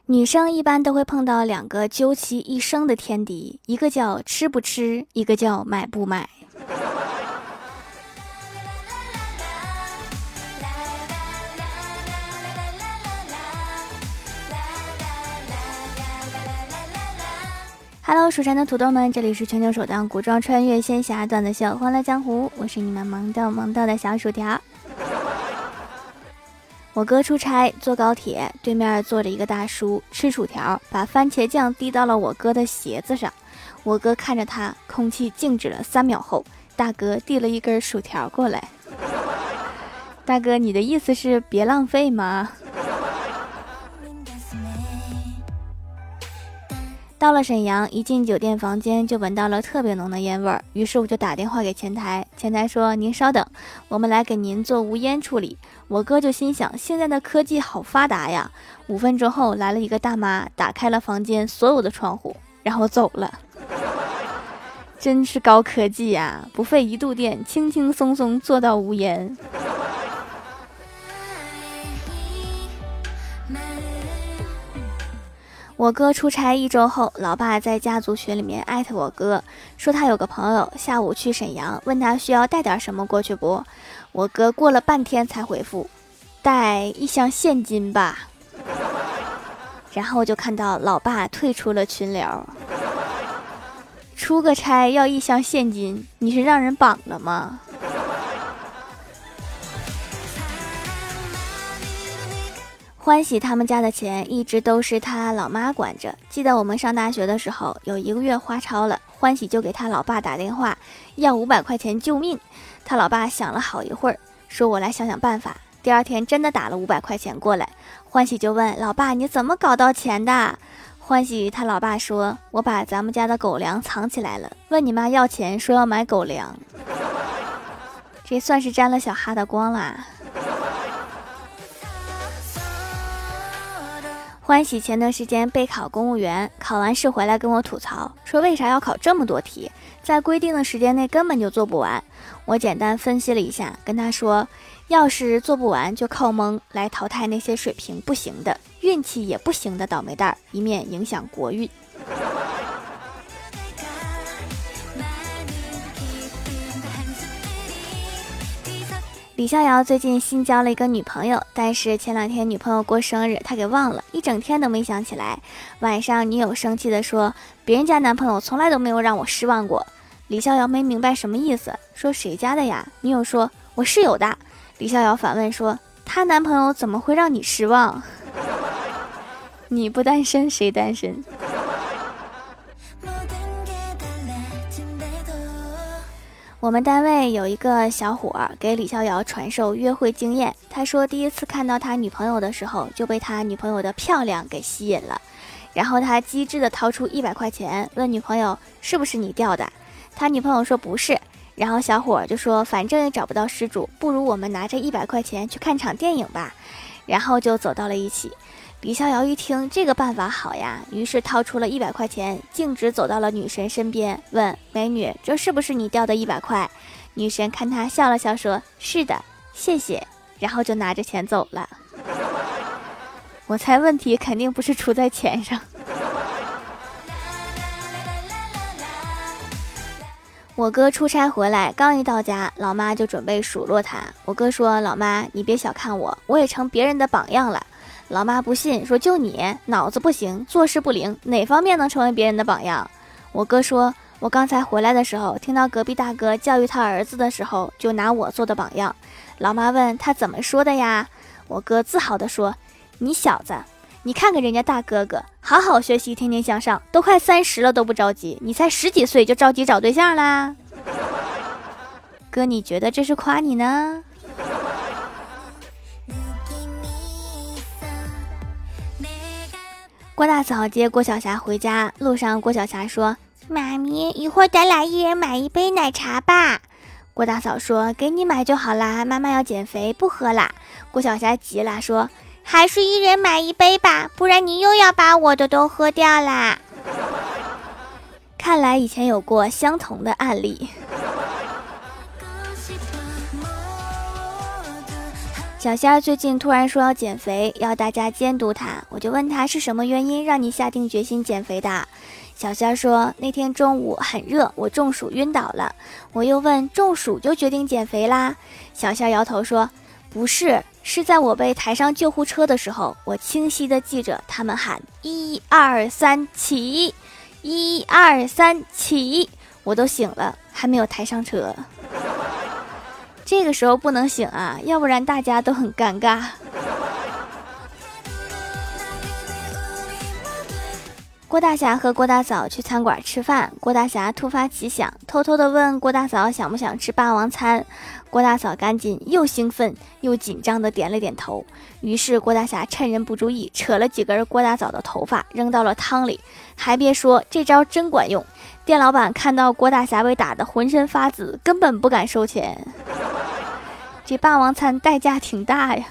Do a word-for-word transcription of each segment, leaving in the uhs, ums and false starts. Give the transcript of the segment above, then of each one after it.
女生一般都会碰到两个究其一生的天敌，一个叫吃不吃，一个叫买不买。Hello， 蜀山的土豆们，这里是全球首档古装穿越仙侠段子秀《欢乐江湖》，我是你们萌豆萌豆的小薯条。我哥出差坐高铁，对面坐着一个大叔吃薯条，把番茄酱滴到了我哥的鞋子上。我哥看着他，空气静止了三秒后，大哥递了一根薯条过来。大哥，你的意思是别浪费吗？到了沈阳，一进酒店房间就闻到了特别浓的烟味儿，于是我就打电话给前台，前台说您稍等，我们来给您做无烟处理。我哥就心想，现在的科技好发达呀。五分钟后来了一个大妈，打开了房间所有的窗户，然后走了。真是高科技呀，不费一度电，轻轻松松做到无烟。我哥出差一周后，老爸在家族群里面艾特我哥，说他有个朋友下午去沈阳，问他需要带点什么过去不？我哥过了半天才回复，带一箱现金吧。然后就看到老爸退出了群聊。出个差要一箱现金，你是让人绑了吗？欢喜他们家的钱一直都是他老妈管着。记得我们上大学的时候，有一个月花超了，欢喜就给他老爸打电话要五百块钱救命。他老爸想了好一会儿，说我来想想办法。第二天真的打了五百块钱过来，欢喜就问老爸你怎么搞到钱的？欢喜他老爸说，我把咱们家的狗粮藏起来了，问你妈要钱，说要买狗粮。这算是沾了小哈的光啦。欢喜前段时间备考公务员，考完试回来跟我吐槽，说为啥要考这么多题，在规定的时间内根本就做不完。我简单分析了一下，跟他说，要是做不完就靠蒙来淘汰那些水平不行的、运气也不行的倒霉蛋，以免影响国运。李逍遥最近新交了一个女朋友，但是前两天女朋友过生日，他给忘了，一整天都没想起来。晚上女友生气地说，别人家男朋友从来都没有让我失望过。李逍遥没明白什么意思，说谁家的呀？女友说我室友的。李逍遥反问说，她男朋友怎么会让你失望？你不单身谁单身？我们单位有一个小伙给李逍遥传授约会经验，他说第一次看到他女朋友的时候就被他女朋友的漂亮给吸引了，然后他机智的掏出一百块钱问女朋友是不是你掉的，他女朋友说不是，然后小伙就说反正也找不到失主，不如我们拿着一百块钱去看场电影吧，然后就走到了一起。李逍遥一听这个办法好呀，于是掏出了一百块钱，径直走到了女神身边，问美女这是不是你掉的一百块？女神看他笑了笑说是的谢谢，然后就拿着钱走了。我猜问题肯定不是出在钱上。我哥出差回来，刚一到家，老妈就准备数落他。我哥说老妈你别小看我，我也成别人的榜样了。老妈不信，说就你脑子不行，做事不灵，哪方面能成为别人的榜样？我哥说我刚才回来的时候听到隔壁大哥教育他儿子的时候就拿我做的榜样。老妈问他怎么说的呀？我哥自豪地说，你小子你看看人家大哥哥好好学习，天天向上，都快三十了都不着急，你才十几岁就着急找对象啦？哥你觉得这是夸你呢？郭大嫂接郭晓霞回家，路上郭晓霞说，妈咪一会儿咱俩一人买一杯奶茶吧。郭大嫂说，给你买就好啦，妈妈要减肥不喝啦。郭晓霞急了说，还是一人买一杯吧，不然你又要把我的都喝掉啦。看来以前有过相同的案例。 小仙儿最近突然说要减肥，要大家监督他，我就问他是什么原因让你下定决心减肥的。小仙儿说那天中午很热，我中暑晕倒了。我又问中暑就决定减肥啦？小仙儿摇头说不是，是在我被抬上救护车的时候，我清晰地记着他们喊一二三起，一二三起，我都醒了，还没有抬上车。这个时候不能醒啊，要不然大家都很尴尬。郭大侠和郭大嫂去餐馆吃饭，郭大侠突发奇想，偷偷地问郭大嫂想不想吃霸王餐。郭大嫂赶紧又兴奋又紧张地点了点头。于是郭大侠趁人不注意，扯了几根郭大嫂的头发扔到了汤里。还别说，这招真管用。店老板看到郭大侠被打得浑身发紫，根本不敢收钱。这霸王餐代价挺大呀。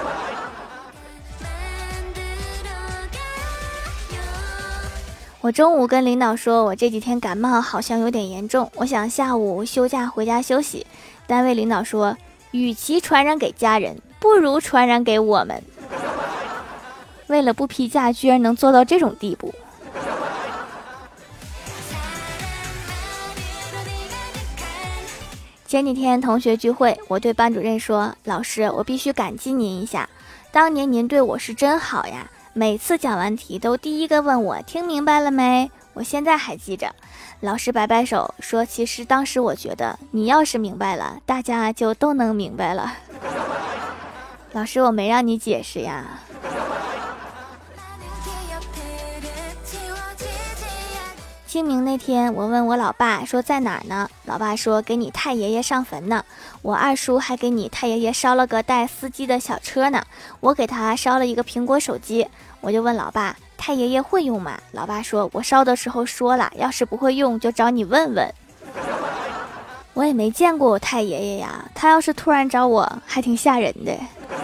我中午跟领导说，我这几天感冒好像有点严重，我想下午休假回家休息。单位领导说，与其传染给家人，不如传染给我们。为了不批假，居然能做到这种地步。前几天同学聚会，我对班主任说，老师，我必须感激您一下，当年您对我是真好呀，每次讲完题都第一个问我听明白了没，我现在还记着。老师摆摆手说，其实当时我觉得你要是明白了，大家就都能明白了。老师，我没让你解释呀。清明那天，我问我老爸说在哪儿呢？老爸说给你太爷爷上坟呢。我二叔还给你太爷爷烧了个带司机的小车呢。我给他烧了一个苹果手机。我就问老爸，太爷爷会用吗？老爸说，我烧的时候说了，要是不会用就找你问问。我也没见过我太爷爷呀，他要是突然找我，还挺吓人的。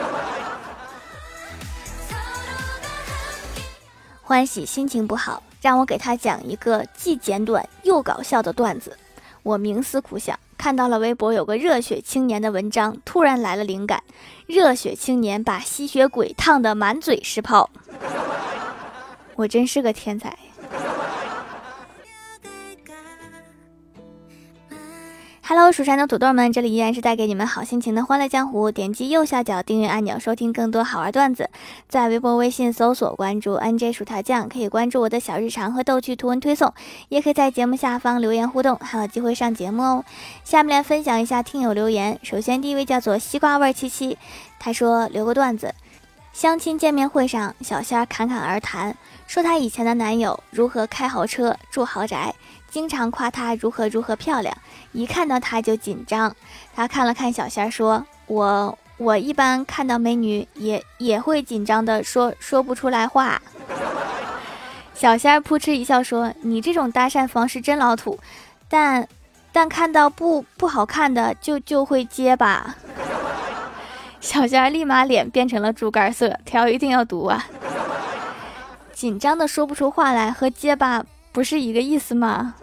欢喜心情不好，让我给他讲一个既简短又搞笑的段子。我冥思苦想，看到了微博有个热血青年的文章，突然来了灵感。热血青年把吸血鬼烫得满嘴是泡。我真是个天才。Hello， 蜀山的土豆们，这里依然是带给你们好心情的欢乐江湖。点击右下角订阅按钮，收听更多好玩段子。在微博、微信搜索关注 N J 薯条酱，可以关注我的小日常和逗趣图文推送，也可以在节目下方留言互动，还有机会上节目哦。下面来分享一下听友留言。首先第一位叫做西瓜味七七，他说留个段子。相亲见面会上，小仙儿侃侃而谈，说她以前的男友如何开豪车、住豪宅，经常夸她如何如何漂亮，一看到她就紧张。她看了看小仙儿，说：“我我一般看到美女也也会紧张的说说不出来话。”小仙儿扑哧一笑说：“你这种搭讪方式真老土，但但看到不不好看的就就会结巴。”小仙儿立马脸变成了猪肝色，条一定要读啊！紧张的说不出话来和结巴不是一个意思吗？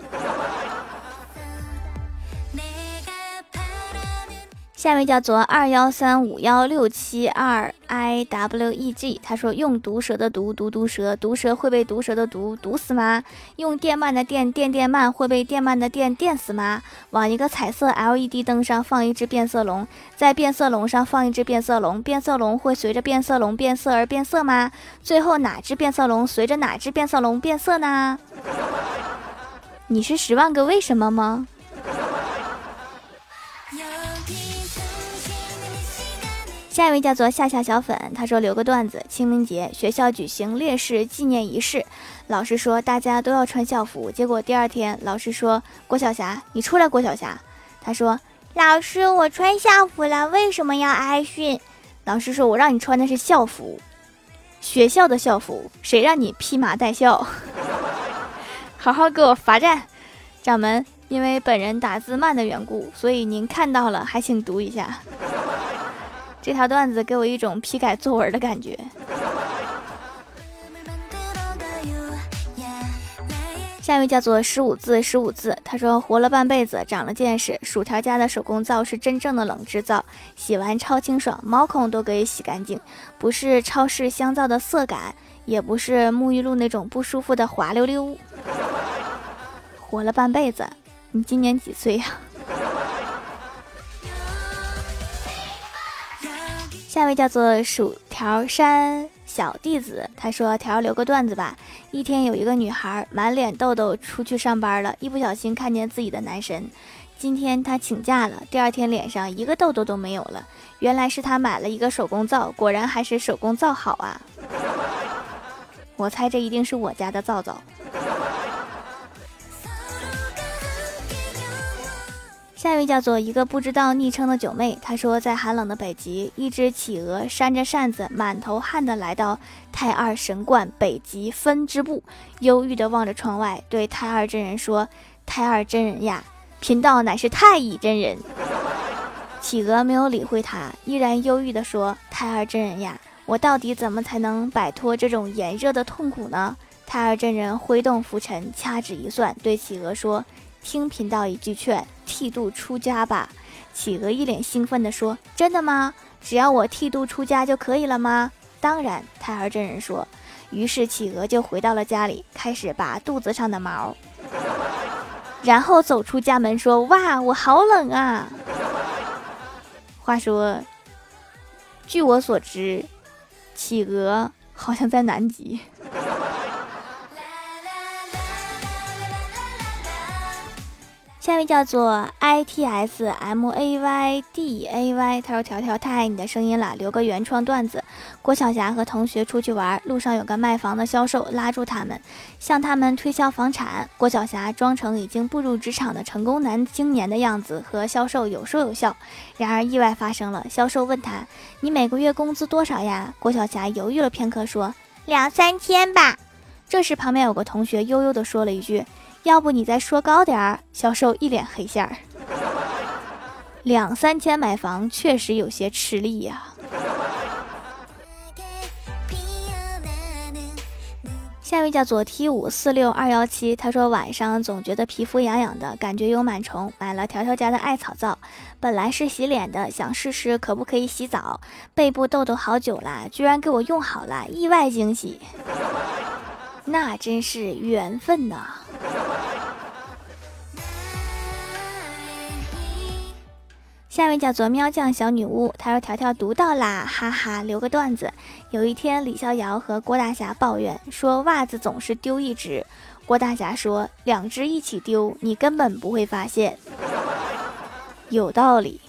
下面叫做二幺三五幺六七二 i w e g， 他说用毒蛇的毒毒毒蛇，毒蛇会被毒蛇的毒毒死吗？用电鳗的电电电鳗会被电鳗的电电死吗？往一个彩色 L E D 灯上放一只变色龙，在变色龙上放一只变色龙，变色龙会随着变色龙变色而变色吗？最后哪只变色龙随着哪只变色龙变色呢？你是十万个为什么吗？下一位叫做夏夏小粉，他说留个段子，清明节学校举行烈士纪念仪式，老师说大家都要穿校服，结果第二天老师说郭晓霞你出来，郭晓霞，他说老师我穿校服了，为什么要挨训？老师说我让你穿的是校服，学校的校服，谁让你披麻戴孝？好好给我罚站。掌门，因为本人打字慢的缘故，所以您看到了还请读一下。这条段子给我一种批改作文的感觉。 下一位叫做十五字十五字，他说活了半辈子长了见识，薯条家的手工皂是真正的冷制皂，洗完超清爽，毛孔都可以洗干净，不是超市香皂的涩感，也不是沐浴露那种不舒服的滑溜溜。活了半辈子，你今年几岁呀？下一位叫做薯条山小弟子，他说条留个段子吧。一天有一个女孩满脸痘痘出去上班了，一不小心看见自己的男神。今天她请假了，第二天脸上一个痘痘都没有了，原来是她买了一个手工皂，果然还是手工皂好啊。我猜这一定是我家的皂皂。下一位叫做一个不知道昵称的九妹，她说在寒冷的北极，一只企鹅扇着扇子满头汗的来到太二神观北极分支部，忧郁的望着窗外，对太二真人说，太二真人呀，贫道乃是太乙真人。企鹅没有理会他，依然忧郁的说，太二真人呀，我到底怎么才能摆脱这种炎热的痛苦呢？太二真人挥动拂尘，掐指一算，对企鹅说，听贫道一句劝，剃度出家吧。企鹅一脸兴奋地说，真的吗？只要我剃度出家就可以了吗？当然，太二真人说。于是企鹅就回到了家里，开始拔肚子上的毛，然后走出家门说，哇，我好冷啊。话说，据我所知，企鹅好像在南极。下一位叫做 I T S M A Y D A Y， 他说条条太爱你的声音了，留个原创段子。郭晓霞和同学出去玩，路上有个卖房的销售拉住他们，向他们推销房产。郭晓霞装成已经步入职场的成功男青年的样子，和销售有说有笑。然而意外发生了，销售问他，你每个月工资多少呀？郭晓霞犹豫了片刻说，两三千吧。这时旁边有个同学悠悠地说了一句，要不你再说高点儿。销售一脸黑线儿，两三千买房确实有些吃力呀、啊。下一位叫做 T 五四六二一七，他说晚上总觉得皮肤痒痒的，感觉有螨虫，买了条条家的艾草皂，本来是洗脸的，想试试可不可以洗澡，背部痘痘好久了，居然给我用好了，意外惊喜，那真是缘分呐。下一位叫做喵酱小女巫，她说条条读到啦，哈哈，留个段子。有一天李逍遥和郭大侠抱怨说袜子总是丢一只，郭大侠说两只一起丢你根本不会发现。有道理。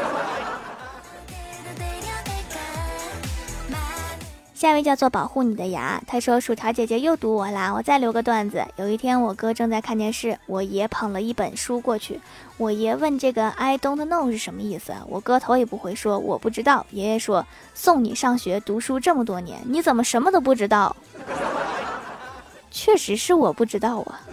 下一位叫做保护你的牙，他说薯条姐姐又堵我啦，我再留个段子。有一天我哥正在看电视，我爷捧了一本书过去，我爷问这个 I don't know 是什么意思，我哥头也不回说我不知道。爷爷说送你上学读书这么多年，你怎么什么都不知道？确实是我不知道啊。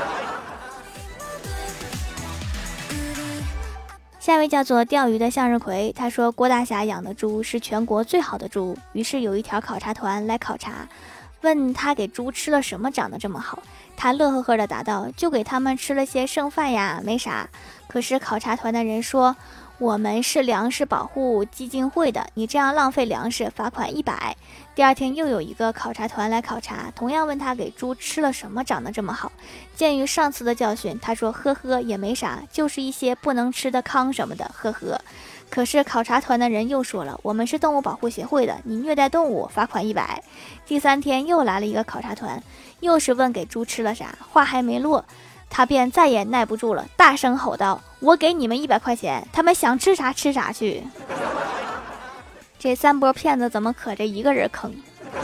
下一位叫做钓鱼的向日葵，他说郭大侠养的猪是全国最好的猪，于是有一条考察团来考察，问他给猪吃了什么长得这么好，他乐呵呵的答道，就给他们吃了些剩饭呀，没啥。可是考察团的人说，我们是粮食保护基金会的，你这样浪费粮食，罚款一百。第二天又有一个考察团来考察，同样问他给猪吃了什么长得这么好。鉴于上次的教训，他说呵呵也没啥，就是一些不能吃的糠什么的，呵呵。可是考察团的人又说了，我们是动物保护协会的，你虐待动物，罚款一百。第三天又来了一个考察团，又是问给猪吃了啥，话还没落，他便再也耐不住了，大声吼道，我给你们一百块钱，他们想吃啥吃啥去。这三波骗子怎么可这一个人坑？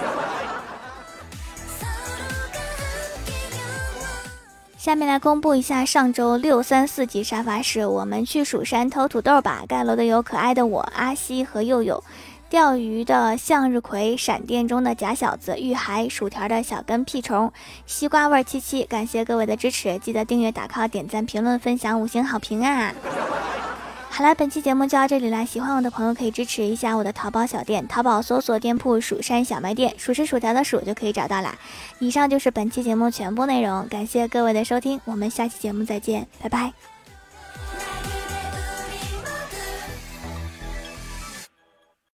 下面来公布一下上周六三四级沙发是我们去蜀山偷土豆吧，盖楼的有可爱的我阿西和佑佑，钓鱼的向日葵，闪电中的假小子，玉海，薯条的小跟屁虫，西瓜味七七。感谢各位的支持，记得订阅打 call 点赞评论分享五星好评啊。 好了，本期节目就到这里了。喜欢我的朋友可以支持一下我的淘宝小店，淘宝搜索店铺蜀山小卖店，数是薯条的数就可以找到啦。以上就是本期节目全部内容，感谢各位的收听，我们下期节目再见，拜拜。